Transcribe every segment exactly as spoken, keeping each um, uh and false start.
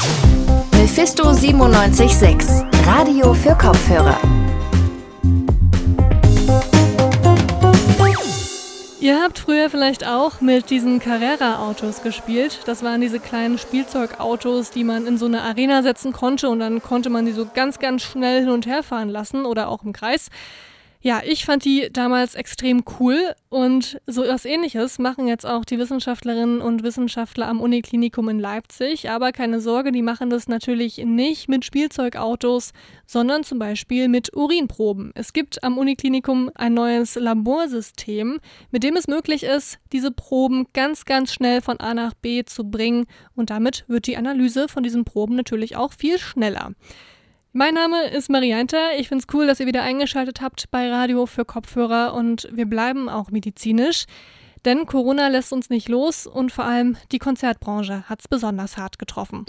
Mephisto siebenundneunzig Komma sechs, Radio für Kopfhörer. Ihr habt früher vielleicht auch mit diesen Carrera-Autos gespielt. Das waren diese kleinen Spielzeugautos, die man in so eine Arena setzen konnte und dann konnte man die so ganz, ganz schnell hin und her fahren lassen oder auch im Kreis. Ja, ich fand die damals extrem cool und so etwas Ähnliches machen jetzt auch die Wissenschaftlerinnen und Wissenschaftler am Uniklinikum in Leipzig. Aber keine Sorge, die machen das natürlich nicht mit Spielzeugautos, sondern zum Beispiel mit Urinproben. Es gibt am Uniklinikum ein neues Laborsystem, mit dem es möglich ist, diese Proben ganz, ganz schnell von A nach B zu bringen. Und damit wird die Analyse von diesen Proben natürlich auch viel schneller. Mein Name ist Marianta. Ich finde es cool, dass ihr wieder eingeschaltet habt bei Radio für Kopfhörer und wir bleiben auch medizinisch, denn Corona lässt uns nicht los und vor allem die Konzertbranche hat es besonders hart getroffen.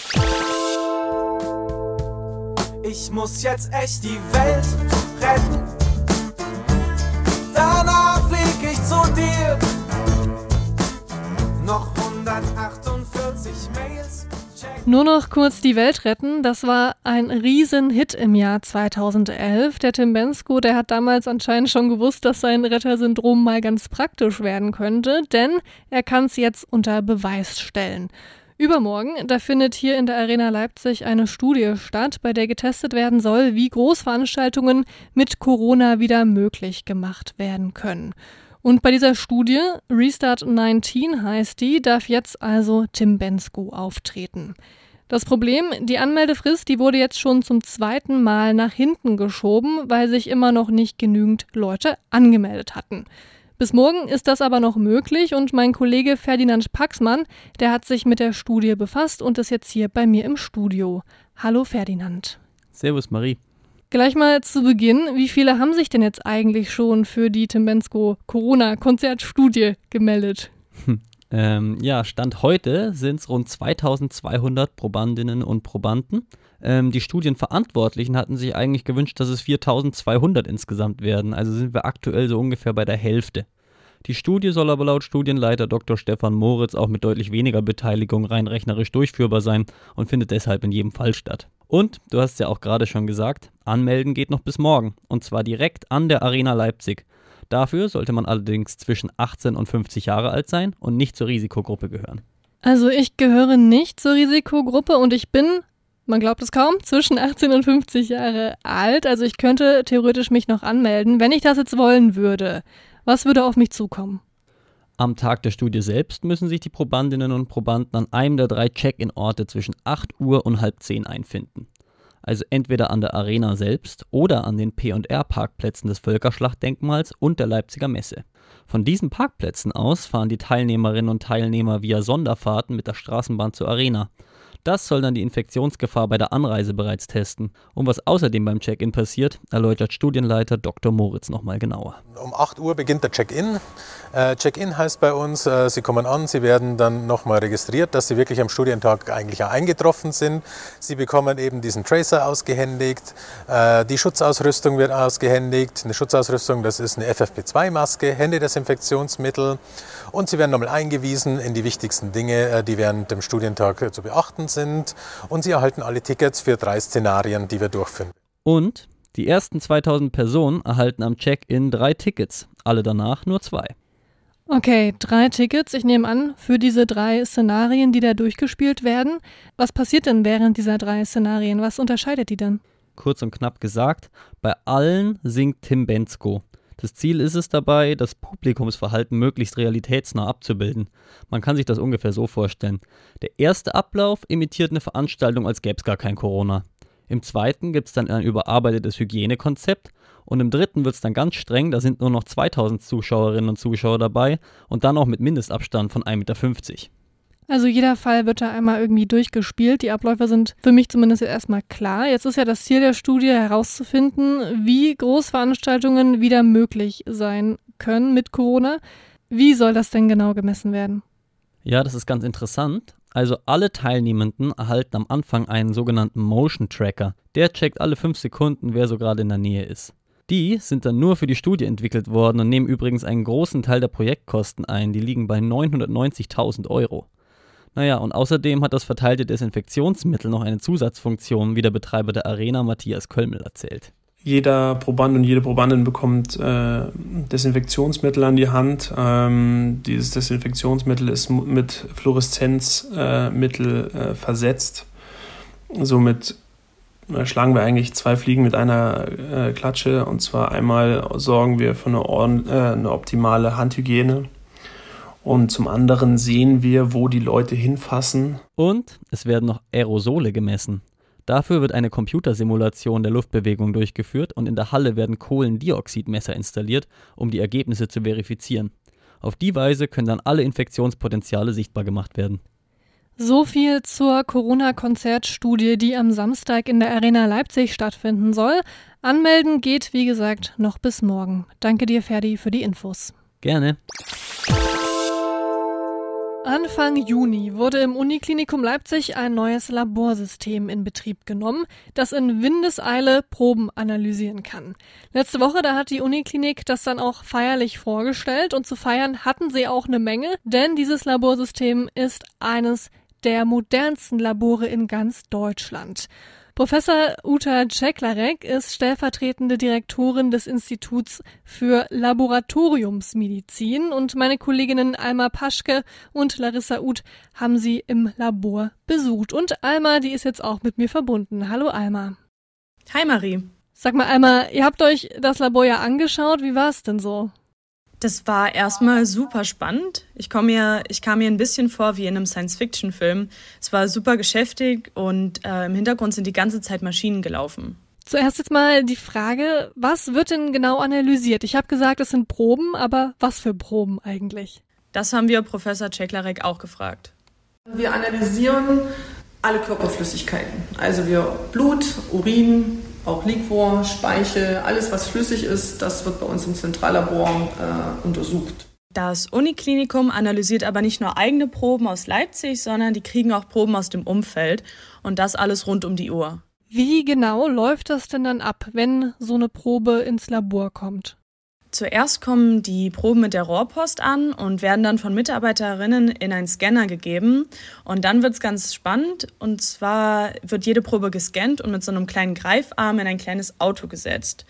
Ich muss jetzt echt die Welt retten, danach flieg ich zu dir. Noch hundertachtundvierzig Mails. Nur noch kurz die Welt retten, das war ein Riesenhit im Jahr zweitausendelf. Der Tim Bendzko, der hat damals anscheinend schon gewusst, dass sein Rettersyndrom mal ganz praktisch werden könnte, denn er kann es jetzt unter Beweis stellen. Übermorgen, da findet hier in der Arena Leipzig eine Studie statt, bei der getestet werden soll, wie Großveranstaltungen mit Corona wieder möglich gemacht werden können. Und bei dieser Studie, Restart neunzehn heißt die, darf jetzt also Tim Bendzko auftreten. Das Problem, die Anmeldefrist, die wurde jetzt schon zum zweiten Mal nach hinten geschoben, weil sich immer noch nicht genügend Leute angemeldet hatten. Bis morgen ist das aber noch möglich und mein Kollege Ferdinand Paxmann, der hat sich mit der Studie befasst und ist jetzt hier bei mir im Studio. Hallo Ferdinand. Servus Marie. Gleich mal zu Beginn, wie viele haben sich denn jetzt eigentlich schon für die Tim Bendzko Corona-Konzertstudie gemeldet? Hm. Ähm, ja, Stand heute sind es rund zweitausendzweihundert Probandinnen und Probanden. Ähm, die Studienverantwortlichen hatten sich eigentlich gewünscht, dass es viertausendzweihundert insgesamt werden, also sind wir aktuell so ungefähr bei der Hälfte. Die Studie soll aber laut Studienleiter Doktor Stefan Moritz auch mit deutlich weniger Beteiligung rein rechnerisch durchführbar sein und findet deshalb in jedem Fall statt. Und, du hast es ja auch gerade schon gesagt, anmelden geht noch bis morgen und zwar direkt an der Arena Leipzig. Dafür sollte man allerdings zwischen achtzehn und fünfzig Jahre alt sein und nicht zur Risikogruppe gehören. Also ich gehöre nicht zur Risikogruppe und ich bin, man glaubt es kaum, zwischen achtzehn und fünfzig Jahre alt. Also ich könnte theoretisch mich noch anmelden, wenn ich das jetzt wollen würde. Was würde auf mich zukommen? Am Tag der Studie selbst müssen sich die Probandinnen und Probanden an einem der drei Check-in-Orte zwischen acht Uhr und halb zehn einfinden. Also entweder an der Arena selbst oder an den P und R-Parkplätzen des Völkerschlachtdenkmals und der Leipziger Messe. Von diesen Parkplätzen aus fahren die Teilnehmerinnen und Teilnehmer via Sonderfahrten mit der Straßenbahn zur Arena. Das soll dann die Infektionsgefahr bei der Anreise bereits testen. Und was außerdem beim Check-in passiert, erläutert Studienleiter Doktor Moritz nochmal genauer. Um acht Uhr beginnt der Check-in. Äh, Check-in heißt bei uns, äh, Sie kommen an, Sie werden dann nochmal registriert, dass Sie wirklich am Studientag eigentlich auch eingetroffen sind. Sie bekommen eben diesen Tracer ausgehändigt, äh, die Schutzausrüstung wird ausgehändigt. Eine Schutzausrüstung, das ist eine F F P zwei Maske, Händedesinfektionsmittel und Sie werden nochmal eingewiesen in die wichtigsten Dinge, äh, die während dem Studientag äh, zu beachten sind. Und Sie erhalten alle Tickets für drei Szenarien, die wir durchführen. Und die ersten zweitausend Personen erhalten am Check-in drei Tickets, alle danach nur zwei. Okay, drei Tickets, ich nehme an, für diese drei Szenarien, die da durchgespielt werden. Was passiert denn während dieser drei Szenarien? Was unterscheidet die denn? Kurz und knapp gesagt, bei allen singt Tim Bendzko. Das Ziel ist es dabei, das Publikumsverhalten möglichst realitätsnah abzubilden. Man kann sich das ungefähr so vorstellen. Der erste Ablauf imitiert eine Veranstaltung, als gäbe es gar kein Corona. Im zweiten gibt es dann ein überarbeitetes Hygienekonzept und im dritten wird es dann ganz streng, da sind nur noch zweitausend Zuschauerinnen und Zuschauer dabei und dann auch mit Mindestabstand von ein Meter fünfzig. Also jeder Fall wird da einmal irgendwie durchgespielt. Die Abläufe sind für mich zumindest jetzt erstmal klar. Jetzt ist ja das Ziel der Studie herauszufinden, wie Großveranstaltungen wieder möglich sein können mit Corona. Wie soll das denn genau gemessen werden? Ja, das ist ganz interessant. Also alle Teilnehmenden erhalten am Anfang einen sogenannten Motion Tracker. Der checkt alle fünf Sekunden, wer so gerade in der Nähe ist. Die sind dann nur für die Studie entwickelt worden und nehmen übrigens einen großen Teil der Projektkosten ein. Die liegen bei neunhundertneunzigtausend Euro. Naja, und außerdem hat das verteilte Desinfektionsmittel noch eine Zusatzfunktion, wie der Betreiber der Arena Matthias Kölmel erzählt. Jeder Proband und jede Probandin bekommt äh, Desinfektionsmittel an die Hand. Ähm, dieses Desinfektionsmittel ist mit Fluoreszenzmittel äh, äh, versetzt. Somit äh, schlagen wir eigentlich zwei Fliegen mit einer äh, Klatsche. Und zwar einmal sorgen wir für eine, Ord- äh, eine optimale Handhygiene. Und zum anderen sehen wir, wo die Leute hinfassen. Und es werden noch Aerosole gemessen. Dafür wird eine Computersimulation der Luftbewegung durchgeführt und in der Halle werden Kohlendioxidmesser installiert, um die Ergebnisse zu verifizieren. Auf die Weise können dann alle Infektionspotenziale sichtbar gemacht werden. So viel zur Corona-Konzertstudie, die am Samstag in der Arena Leipzig stattfinden soll. Anmelden geht, wie gesagt, noch bis morgen. Danke dir, Ferdi, für die Infos. Gerne. Anfang Juni wurde im Uniklinikum Leipzig ein neues Laborsystem in Betrieb genommen, das in Windeseile Proben analysieren kann. Letzte Woche, da hat die Uniklinik das dann auch feierlich vorgestellt und zu feiern hatten sie auch eine Menge, denn dieses Laborsystem ist eines der modernsten Labore in ganz Deutschland. Professor Uta Ceklarek ist stellvertretende Direktorin des Instituts für Laboratoriumsmedizin und meine Kolleginnen Alma Paschke und Larissa Uth haben sie im Labor besucht. Und Alma, die ist jetzt auch mit mir verbunden. Hallo Alma. Hi Marie. Sag mal Alma, ihr habt euch das Labor ja angeschaut, wie war es denn so? Das war erstmal super spannend. Ich, komm mir, ich kam mir ein bisschen vor wie in einem Science-Fiction-Film. Es war super geschäftig und äh, im Hintergrund sind die ganze Zeit Maschinen gelaufen. Zuerst jetzt mal die Frage, was wird denn genau analysiert? Ich habe gesagt, es sind Proben, aber was für Proben eigentlich? Das haben wir Professor Ceklarek auch gefragt. Wir analysieren alle Körperflüssigkeiten. Also wir Blut, Urin, auch Liquor, Speichel, alles was flüssig ist, das wird bei uns im Zentrallabor äh, untersucht. Das Uniklinikum analysiert aber nicht nur eigene Proben aus Leipzig, sondern die kriegen auch Proben aus dem Umfeld und das alles rund um die Uhr. Wie genau läuft das denn dann ab, wenn so eine Probe ins Labor kommt? Zuerst kommen die Proben mit der Rohrpost an und werden dann von Mitarbeiterinnen in einen Scanner gegeben. Und dann wird es ganz spannend. Und zwar wird jede Probe gescannt und mit so einem kleinen Greifarm in ein kleines Auto gesetzt.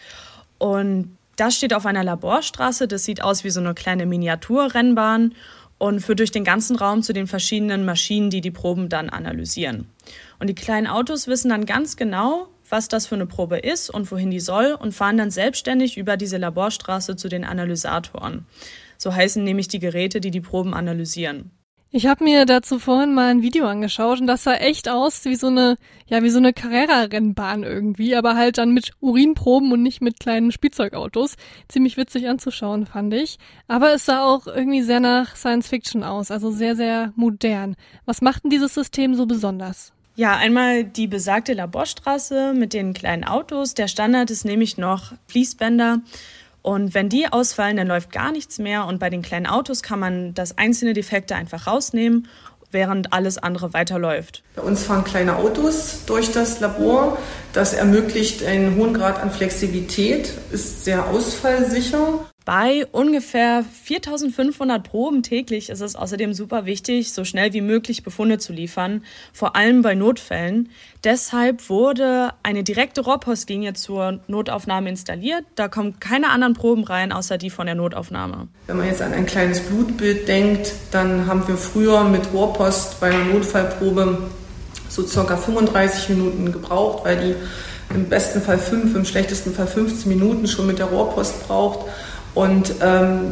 Und das steht auf einer Laborstraße. Das sieht aus wie so eine kleine Miniaturrennbahn und führt durch den ganzen Raum zu den verschiedenen Maschinen, die die Proben dann analysieren. Und die kleinen Autos wissen dann ganz genau, was das für eine Probe ist und wohin die soll und fahren dann selbstständig über diese Laborstraße zu den Analysatoren. So heißen nämlich die Geräte, die die Proben analysieren. Ich habe mir dazu vorhin mal ein Video angeschaut und das sah echt aus wie so eine, ja, wie so eine Carrera-Rennbahn irgendwie, aber halt dann mit Urinproben und nicht mit kleinen Spielzeugautos. Ziemlich witzig anzuschauen, fand ich. Aber es sah auch irgendwie sehr nach Science-Fiction aus, also sehr, sehr modern. Was macht denn dieses System so besonders? Ja, einmal die besagte Laborstraße mit den kleinen Autos. Der Standard ist nämlich noch Fließbänder. Und wenn die ausfallen, dann läuft gar nichts mehr. Und bei den kleinen Autos kann man das einzelne Defekte einfach rausnehmen, während alles andere weiterläuft. Bei uns fahren kleine Autos durch das Labor. Das ermöglicht einen hohen Grad an Flexibilität, ist sehr ausfallsicher. Bei ungefähr viertausendfünfhundert Proben täglich ist es außerdem super wichtig, so schnell wie möglich Befunde zu liefern, vor allem bei Notfällen. Deshalb wurde eine direkte Rohrpostlinie zur Notaufnahme installiert. Da kommen keine anderen Proben rein, außer die von der Notaufnahme. Wenn man jetzt an ein kleines Blutbild denkt, dann haben wir früher mit Rohrpost bei einer Notfallprobe so circa fünfunddreißig Minuten gebraucht, weil die im besten Fall fünf, im schlechtesten Fall fünfzehn Minuten schon mit der Rohrpost braucht. Und ähm,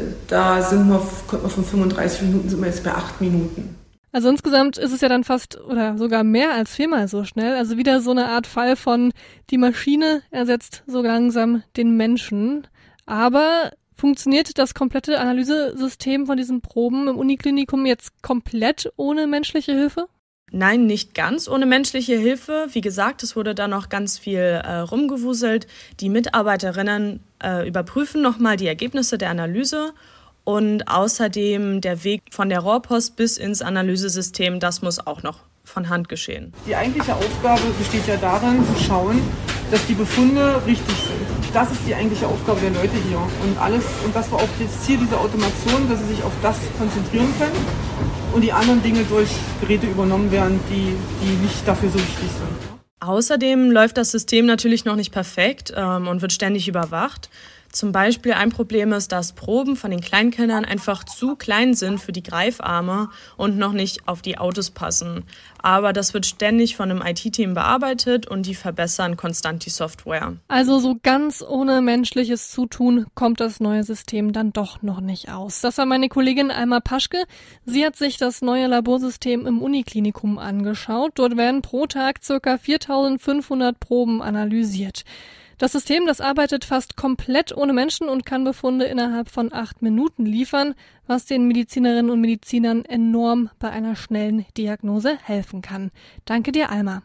da sind wir, kommt man von fünfunddreißig Minuten, sind wir jetzt bei acht Minuten. Also insgesamt ist es ja dann fast oder sogar mehr als viermal so schnell. Also wieder so eine Art Fall von die Maschine ersetzt so langsam den Menschen. Aber funktioniert das komplette Analysesystem von diesen Proben im Uniklinikum jetzt komplett ohne menschliche Hilfe? Nein, nicht ganz ohne menschliche Hilfe. Wie gesagt, es wurde da noch ganz viel äh, rumgewuselt. Die Mitarbeiterinnen äh, überprüfen nochmal die Ergebnisse der Analyse und außerdem der Weg von der Rohrpost bis ins Analysesystem, das muss auch noch von Hand geschehen. Die eigentliche Aufgabe besteht ja darin, zu schauen, dass die Befunde richtig sind. Das ist die eigentliche Aufgabe der Leute hier. Und alles, und das war auch das Ziel dieser Automation, dass sie sich auf das konzentrieren können und die anderen Dinge durch Geräte übernommen werden, die, die nicht dafür so wichtig sind. Außerdem läuft das System natürlich noch nicht perfekt ähm, und wird ständig überwacht. Zum Beispiel ein Problem ist, dass Proben von den Kleinkindern einfach zu klein sind für die Greifarme und noch nicht auf die Autos passen. Aber das wird ständig von einem I T-Team bearbeitet und die verbessern konstant die Software. Also so ganz ohne menschliches Zutun kommt das neue System dann doch noch nicht aus. Das war meine Kollegin Alma Paschke. Sie hat sich das neue Laborsystem im Uniklinikum angeschaut. Dort werden pro Tag ca. viertausendfünfhundert Proben analysiert. Das System, das arbeitet fast komplett ohne Menschen und kann Befunde innerhalb von acht Minuten liefern, was den Medizinerinnen und Medizinern enorm bei einer schnellen Diagnose helfen kann. Danke dir, Alma.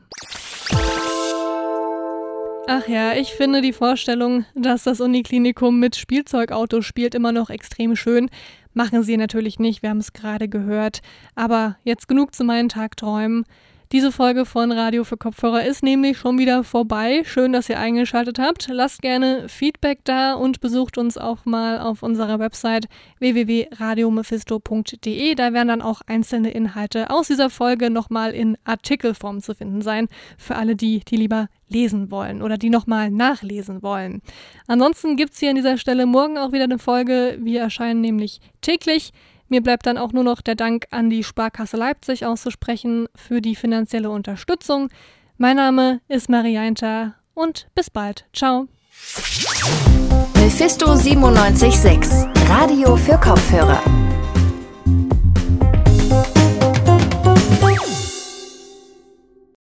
Ach ja, ich finde die Vorstellung, dass das Uniklinikum mit Spielzeugautos spielt, immer noch extrem schön. Machen sie natürlich nicht, wir haben es gerade gehört. Aber jetzt genug zu meinen Tagträumen. Diese Folge von Radio für Kopfhörer ist nämlich schon wieder vorbei. Schön, dass ihr eingeschaltet habt. Lasst gerne Feedback da und besucht uns auch mal auf unserer Website w w w punkt radio mephisto punkt d e. Da werden dann auch einzelne Inhalte aus dieser Folge nochmal in Artikelform zu finden sein. Für alle die, die lieber lesen wollen oder die nochmal nachlesen wollen. Ansonsten gibt es hier an dieser Stelle morgen auch wieder eine Folge. Wir erscheinen nämlich täglich. Mir bleibt dann auch nur noch der Dank an die Sparkasse Leipzig auszusprechen für die finanzielle Unterstützung. Mein Name ist Marie Jainter und bis bald. Ciao. Mephisto siebenundneunzig Komma sechs, Radio für Kopfhörer.